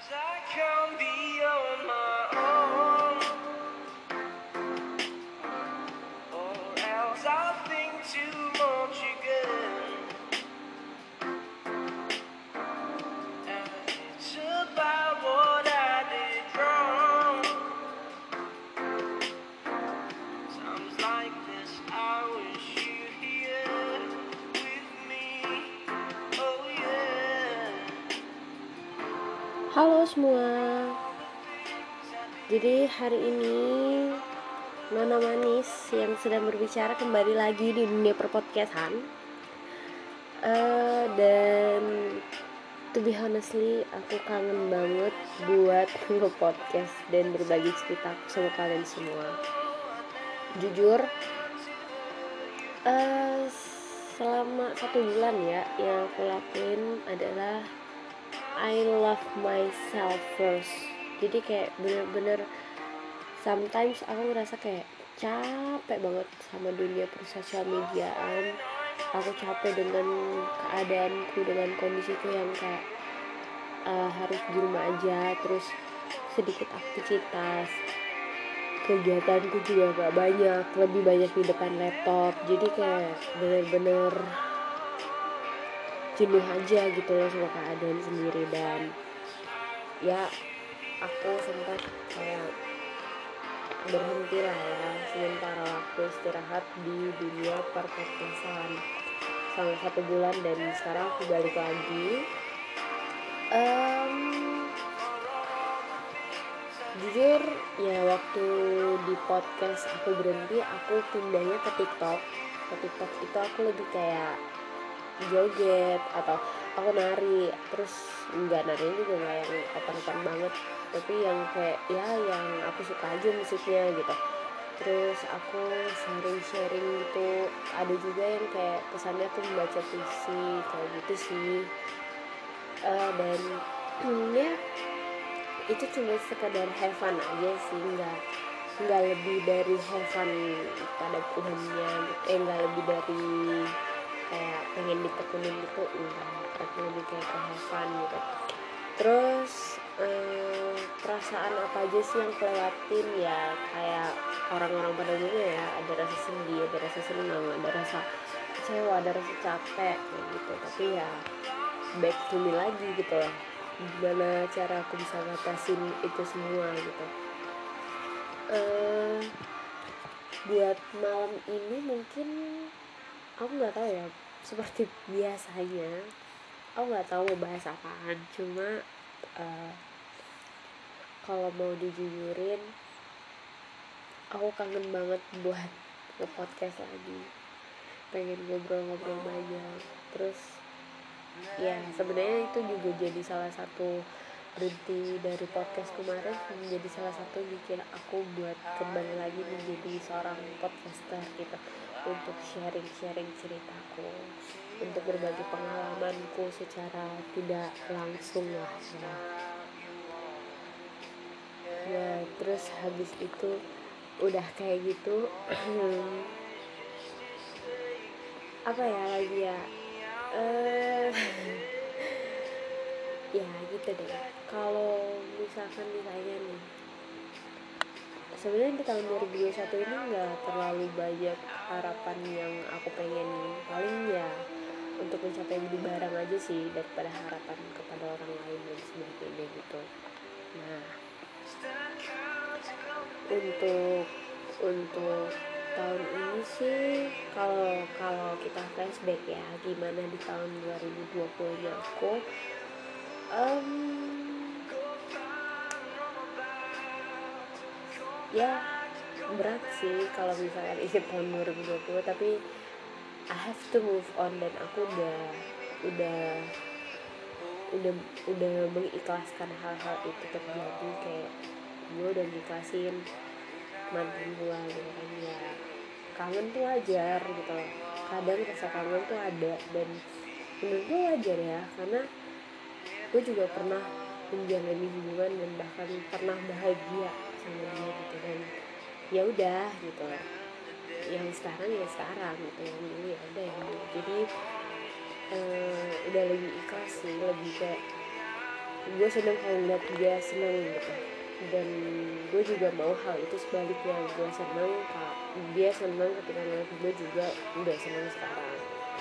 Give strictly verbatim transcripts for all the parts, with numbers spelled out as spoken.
Halo semua. Jadi hari ini Nona Manis yang sedang berbicara kembali lagi di dunia perpodcastan. uh, Dan to be honestly, aku kangen banget buat nge-podcast dan berbagi cerita sama kalian semua. Jujur, uh, selama satu bulan ya, yang aku lakuin adalah I love myself first. Jadi kayak bener-bener sometimes aku ngerasa kayak capek banget sama dunia persosial mediaan. Aku capek dengan keadaanku, dengan kondisiku yang kayak uh, harus di rumah aja, terus sedikit aktivitas, kegiatanku juga gak banyak, lebih banyak di depan laptop. Jadi kayak bener-bener jenuh aja gitu loh sama keadaan sendiri. Dan ya aku sempat kayak berhenti lah ya sementara waktu istirahat di dunia perpodcastan selama satu bulan, dan sekarang aku balik lagi. um, Jujur ya, waktu di podcast aku berhenti, aku pindahnya ke TikTok. Ke TikTok itu aku lebih kayak joget atau aku nari, terus enggak nari juga nggak yang open-open banget, tapi yang kayak ya yang aku suka aja musiknya gitu. Terus aku sharing-sharing gitu, ada juga yang kayak pesannya tuh membaca puisi kayak gitu sih. Uh, dan ya itu cuma sekadar have fun aja sih, nggak nggak lebih dari have fun pada umumnya gitu. eh nggak lebih dari kayak pengen ditekunin gitu, enggak, tapi lebih kayak ke have fun gitu. Terus eh, perasaan apa aja sih yang kelewatin ya, kayak orang-orang pada umumnya ya, ada rasa sedih, ada rasa senang, ada rasa kecewa, ada rasa capek kayak gitu. Tapi ya back to me lagi gitu loh, gimana cara aku bisa ngatasin itu semua gitu. eh buat malam ini mungkin aku nggak tahu ya, seperti biasanya aku nggak tahu mau bahas apaan. Cuma uh, kalau mau dijujurin, aku kangen banget buat nge-podcast lagi, pengen ngobrol-ngobrol banyak. Terus ya sebenarnya itu juga jadi salah satu berhenti dari podcast kemarin, menjadi salah satu yang bikin aku buat kembali lagi menjadi seorang podcaster gitu, untuk sharing-sharing ceritaku, untuk berbagi pengalamanku secara tidak langsung lah ya. Ya terus habis itu udah kayak gitu apa ya lagi ya, eh ya gitu deh. Kalau misalkan misalnya nih, sebenarnya di tahun dua ribu dua puluh satu ini nggak terlalu banyak harapan yang aku pengen, paling ya untuk mencapai lebih barang aja sih daripada harapan kepada orang lain dan sebagainya gitu. Nah untuk untuk tahun ini sih, kalau kalau kita flashback ya, gimana di tahun dua ribu dua puluh nya aku, um, ya berat sih kalau misalkan ingat tahun dua ribu dua puluh, tapi I have to move on, dan aku udah udah udah udah mengikhlaskan hal-hal itu terjadi. Kayak gue udah ngiklasin mantan gue gitu kan. Ya kangen tuh wajar gitu loh, kadang rasa kangen tuh ada, dan menurut gue wajar ya, karena gue juga pernah menjalani hubungan dan bahkan pernah bahagia sama dia gitu. Dan ya udah gitu loh, yang sekarang ya sekarang gitu, yang dulu ya udah yang dulu. Jadi uh, udah lebih ikhlas sih, lebih kayak gue seneng kalau ngeliat dia seneng gitu, dan gue juga mau hal itu sebaliknya, gue seneng kalau dia seneng ketika ngeliat gue juga udah seneng sekarang.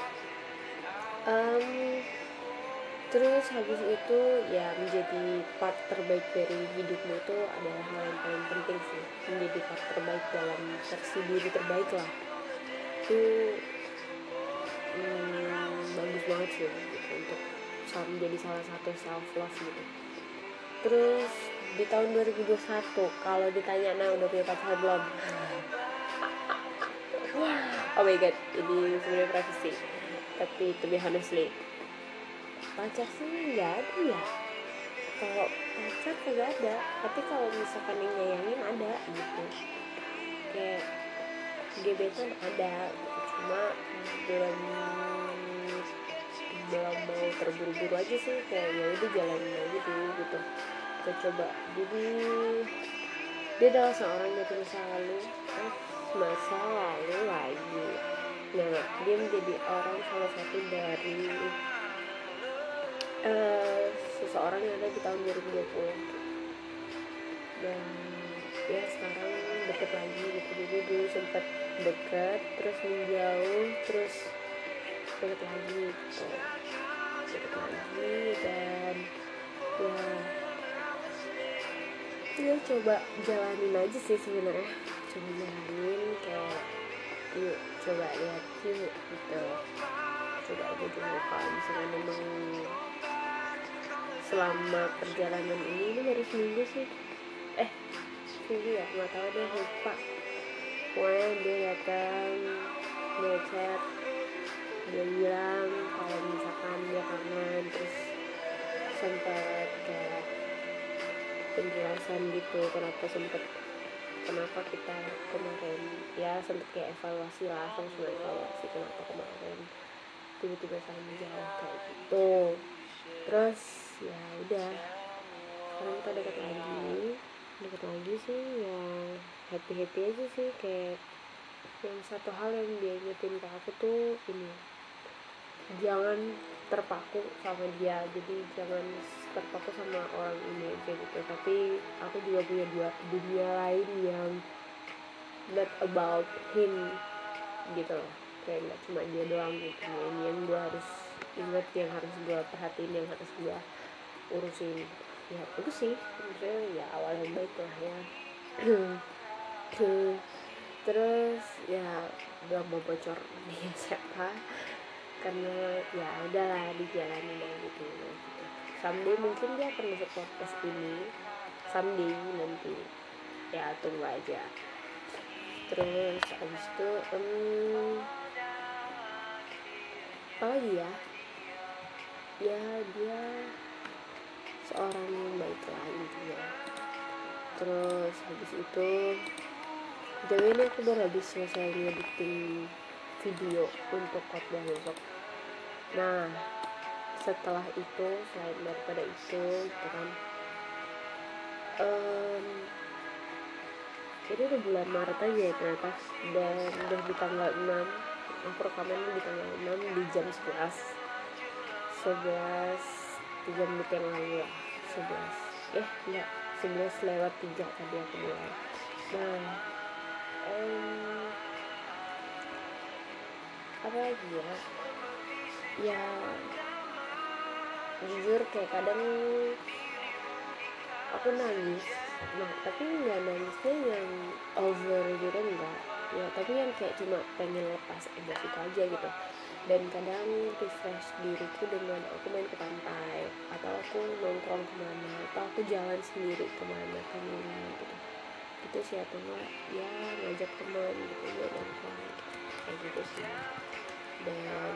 um, Terus habis itu ya menjadi part terbaik dari hidupmu itu adalah hal yang paling penting sih, menjadi part terbaik dalam versi diri terbaik lah, itu hmm, bagus banget sih gitu, untuk menjadi salah satu self love gitu. Terus di tahun dua ribu dua puluh satu kalau ditanya nah udah punya pacar belum, oh my god ini sebenarnya privacy, tapi to be honestly pacar sih nggak ada ya. Kalau pacar kagak ada, tapi kalau misalkan yang nyayangin ada gitu, kayak gebetan ada gitu. Cuma belum belum mau terburu-buru aja sih, kayak ya udah jalanin aja dulu gitu, kita coba. Jadi dia adalah seorang dari masa lalu, eh masa lalu lagi. Nah dia menjadi orang salah satu dari uh, seseorang yang ada di tahun dua ribu dua puluh, dan ya sekarang deket lagi gitu. Jadi dulu sempat deket, terus menjauh, terus deket lagi gitu, deket lagi, dan ya ya coba jalanin aja sih sebenarnya, coba jalanin, kayak yuk coba lihat yuk gitu, coba aja dulu. Kalau misalnya memang selama perjalanan ini ini baru seminggu sih, eh seminggu ya nggak tahu deh, lupa. Pokoknya dia datang, dia chat, dia bilang kalau misalkan dia kangen, terus sempat kayak penjelasan gitu kenapa sempet kenapa kita kemarin, ya sempet kayak evaluasi lah, sama evaluasi kenapa kemarin tiba-tiba saling jauh kayak gitu. Terus ya udah sekarang kita dekat lagi, dekat lagi sih ya, happy happy aja sih. Kayak yang satu hal yang dia ingetin ke aku tuh ini, jangan terpaku sama dia, jadi jangan terpaku sama orang ini aja gitu, tapi aku juga punya dua dunia lain yang not about him gitu loh, kayak nggak cuma dia doang gitu. Nah, ini yang gue harus inget, yang harus gue perhatiin, yang harus gue urusin. Ya itu sih maksudnya ya awal yang baik lah ya. Terus ya gak mau bocor dia siapa, karena ya udahlah dijalanin aja gitu, gitu. Someday mungkin dia akan masuk podcast ini, someday nanti, ya tunggu aja. Terus abis itu um, apa lagi ya, ya dia seorang yang baik lah intinya. Terus habis itu jadi ini aku baru habis selesai ngediting video untuk khotbah besok. Nah setelah itu, selain daripada itu gitu kan, um, jadi udah bulan Maret aja ya ternyata, dan udah di tanggal enam, aku rekamannya di tanggal enam di jam sebelas sebelas tiga menit yang lalu lah, sebelas eh enggak sebelas lewat tiga tadi aku mulai. Nah um, apa lagi ya, ya jujur kayak kadang aku nangis, nah tapi nggak nangisnya yang over gitu enggak ya, tapi yang kayak cuma pengen lepas emosi itu aja gitu. Dan kadang refresh diriku dengan aku main ke pantai, atau aku nongkrong kemana, atau aku jalan sendiri kemana kemana gitu gitu sih, atau enggak ya ngajak teman gitu buat nongkrong gitu. Kayak gitu sih. Dan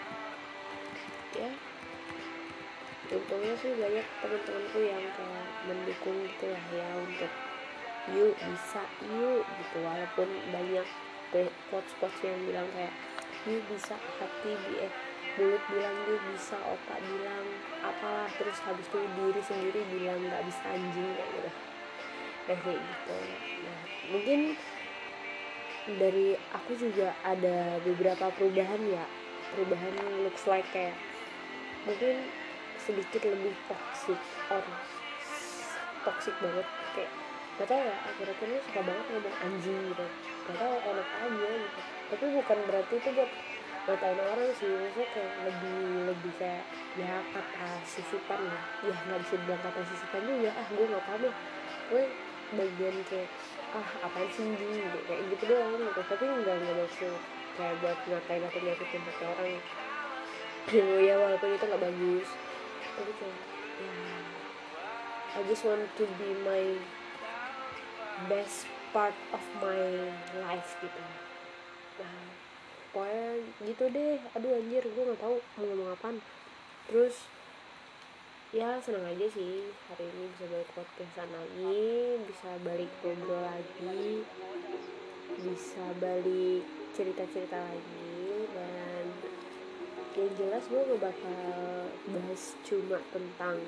ya untungnya sih banyak teman-temanku yang kayak mendukung gitu lah ya, untuk yuk bisa yuk gitu, walaupun banyak quotes-quotes yang bilang kayak yuk bisa, hati eh mulut bilang yuk bisa, otak bilang apalah, terus habis itu diri sendiri bilang nggak bisa anjing kayak gitu, kayak gitu. Nah mungkin dari aku juga ada beberapa perubahan ya, perubahan looks like kayak mungkin sedikit lebih toxic or toxic banget, kayak gak tau ya, akhir-akhir ini suka banget ngomong anjing gitu, gak tau, enak aja gitu. Tapi bukan berarti itu buat ngatain orang sih, maksudnya kayak lebih lebih kayak ya kata sisipan lah, ya nggak bisa bilang kata sisipan juga, ah gue nggak paham lah, gue bagian kayak ah apaan sih anjing gitu, kayak gitu doang gitu. Tapi nggak nggak maksud kayak buat ngatain atau nyakitin hati orang ya, walaupun itu nggak bagus, tapi kayak ya I just want to be my best part of my life gitu. Nah pokoknya gitu deh, aduh anjir gue nggak tahu mau ngomong apaan. Terus ya seneng aja sih hari ini bisa balik podcastan lagi, bisa balik ngobrol lagi, bisa balik cerita-cerita lagi. Dan yang jelas gue gak bakal bahas cuma tentang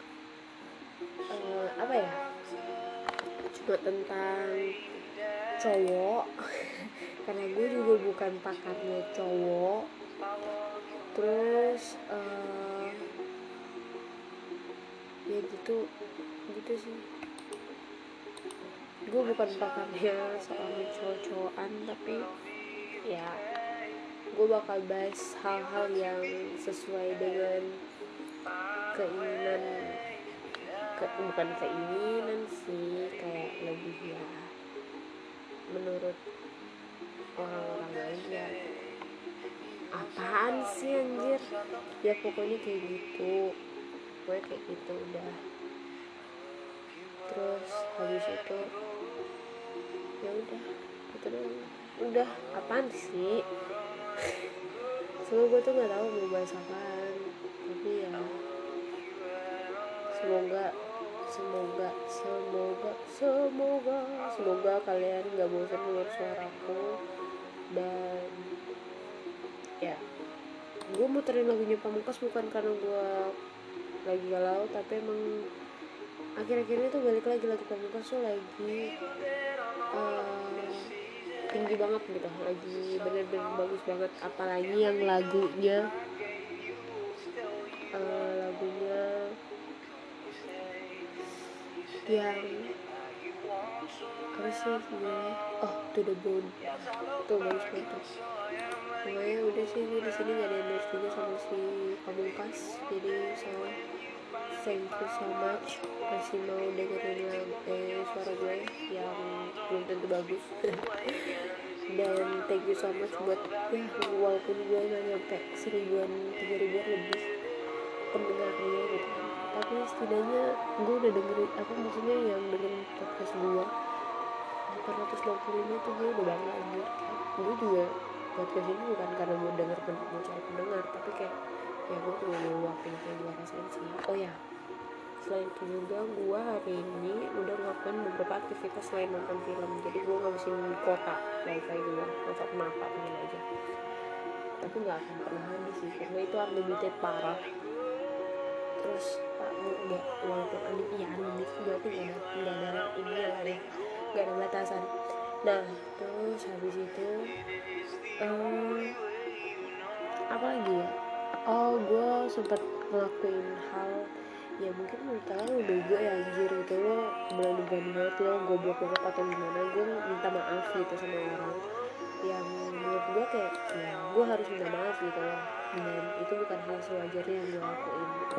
uh, apa ya cuma tentang cowok karena gue juga bukan pakarnya cowok. Terus uh, ya gitu gitu sih, gue bukan pakarnya soal cowok-cowokan, tapi ya gue bakal bahas hal-hal yang sesuai dengan keinginan ke, bukan keinginan sih, kayak lebih ya menurut orang-orang aja. Apaan sih anjir, ya pokoknya kayak gitu, gue kayak gitu udah. Terus habis itu ya udah itu doang, udah. Apaan sih sebenernya gue tuh nggak tahu mau bahas apaan, tapi ya semoga semoga semoga semoga semoga kalian nggak bosan dengar suaraku. Dan ya gue muterin lagunya Pamungkas bukan karena gue lagi galau, tapi emang akhir-akhir ini tuh balik lagi lagu Pamungkas tuh lagi uh, tinggi banget gitu, lagi bener-bener bagus banget. Apalagi yang lagunya uh, lagunya yang apa sih gue oh To The Bone tuh bagus banget tuh. Pokoknya udah sih, gue di sini gak ada endorse juga sama si Pamungkas, jadi so thank you so much masih mau dengerin lagu eh, suara gue yang belum tentu bagus dan thank you so much buat ya walaupun gue gak nyampe seribuan tiga ribuan lebih pendengarnya gitu kan, tapi setidaknya gue udah dengerin apa maksudnya yang dengerin podcast gue delapan ratus enam puluh lima tuh gue udah bangga anjir. Gue juga podcast ini bukan karena mau denger mau cari pendengar, tapi kayak ya gue tuh mau waktu kayak gue rasain sih. Oh ya, selain itu juga gue hari ini udah ngelakuin beberapa aktivitas selain nonton film. Jadi gue ngabisin kota wifi gue atau kenapa pengen aja, tapi nggak akan pernah habis sih karena itu unlimited parah. Terus pak nggak, walaupun unlimited ya unlimited berarti nggak ada nggak ada ini ya nggak ada batasan. Nah terus habis itu um, apa lagi ya, oh gue sempet ngelakuin hal ya mungkin menurut kalian udah gue ya anjir gitu, lo berani-berani banget lo goblok banget atau gimana. Gue minta maaf gitu sama orang yang menurut gue kayak ya gue harus minta maaf gitu loh, dan itu bukan hal sewajarnya yang gue lakuin gitu.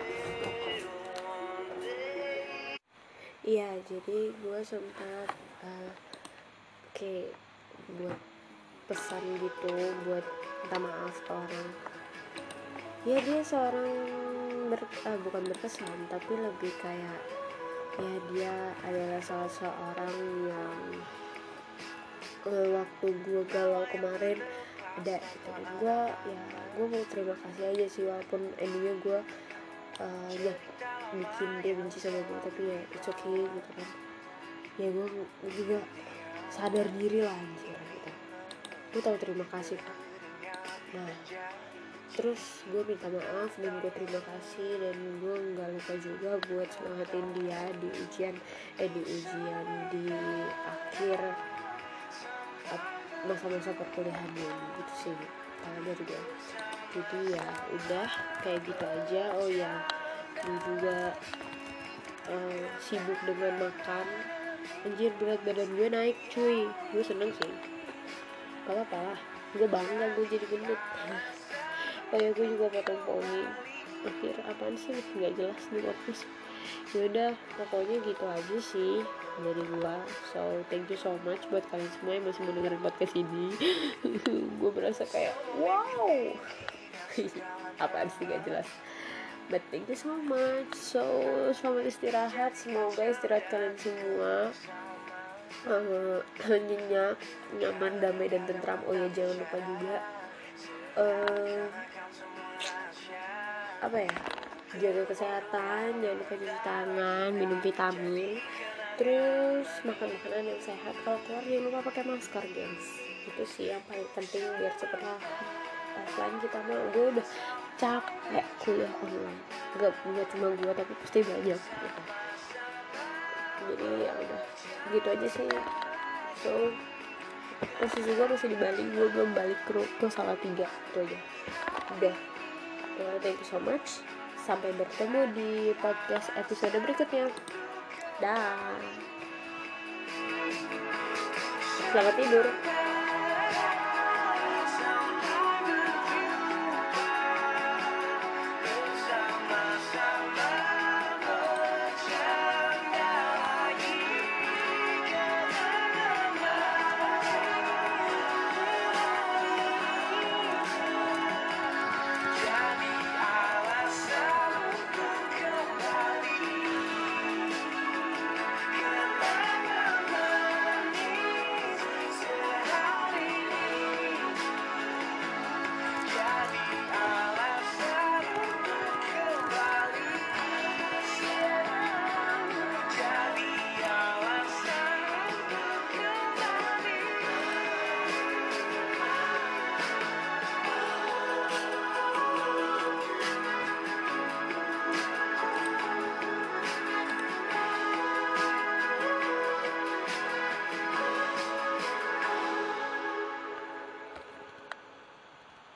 Iya jadi gue sempat uh, kayak buat pesan gitu buat minta maaf ke orang. Ya dia seorang ber, uh, bukan berkesan tapi lebih kayak ya dia adalah salah seorang yang uh, waktu gue galau kemarin ada gitu. Dan gue ya gue mau terima kasih aja sih, walaupun endingnya gue uh, ya bikin dia benci sama gue, tapi ya it's okay gitu kan. Ya gue juga sadar diri lah anjir gitu, gue tahu terima kasih kak. Nah terus gue minta maaf dan gue terima kasih, dan gue nggak lupa juga buat semangatin dia di ujian eh di ujian di akhir masa-masa perkuliahannya gitu sih kalau dari gue. Jadi ya udah kayak gitu aja. Oh ya, gue juga uh, sibuk dengan makan. Anjir, berat badan gue naik cuy, gue seneng sih, gak apa-apa lah, gue bangga gue jadi gendut. Oh ya, gue juga potong poni. Akhir apaan sih, nggak jelas nih podcast. Yaudah, pokoknya gitu aja sih dari gue. So thank you so much buat kalian semua yang masih mendengarkan podcast ini. Gue berasa kayak wow. Apaan sih, nggak jelas. But thank you so much. So selamat istirahat, semoga istirahat kalian semua uh, nyenyak, nyaman, damai, dan tentram. Oh ya, jangan lupa juga uh, apa ya, jaga kesehatan, jangan lupa cuci tangan, minum vitamin, terus makan makanan yang sehat. Kalau keluar jangan lupa pakai masker, guys. Itu sih yang paling penting biar cepet lah. Offline kita mah gue udah capek kuliah online. Gak, gak cuma gue tapi pasti banyak gitu. Jadi ya udah gitu aja sih. So posisi gue masih di Bali, gue belum balik ke, ke Salatiga. Itu aja udah. Well, thank you so much. Sampai bertemu di podcast episode berikutnya. Dah. Selamat tidur.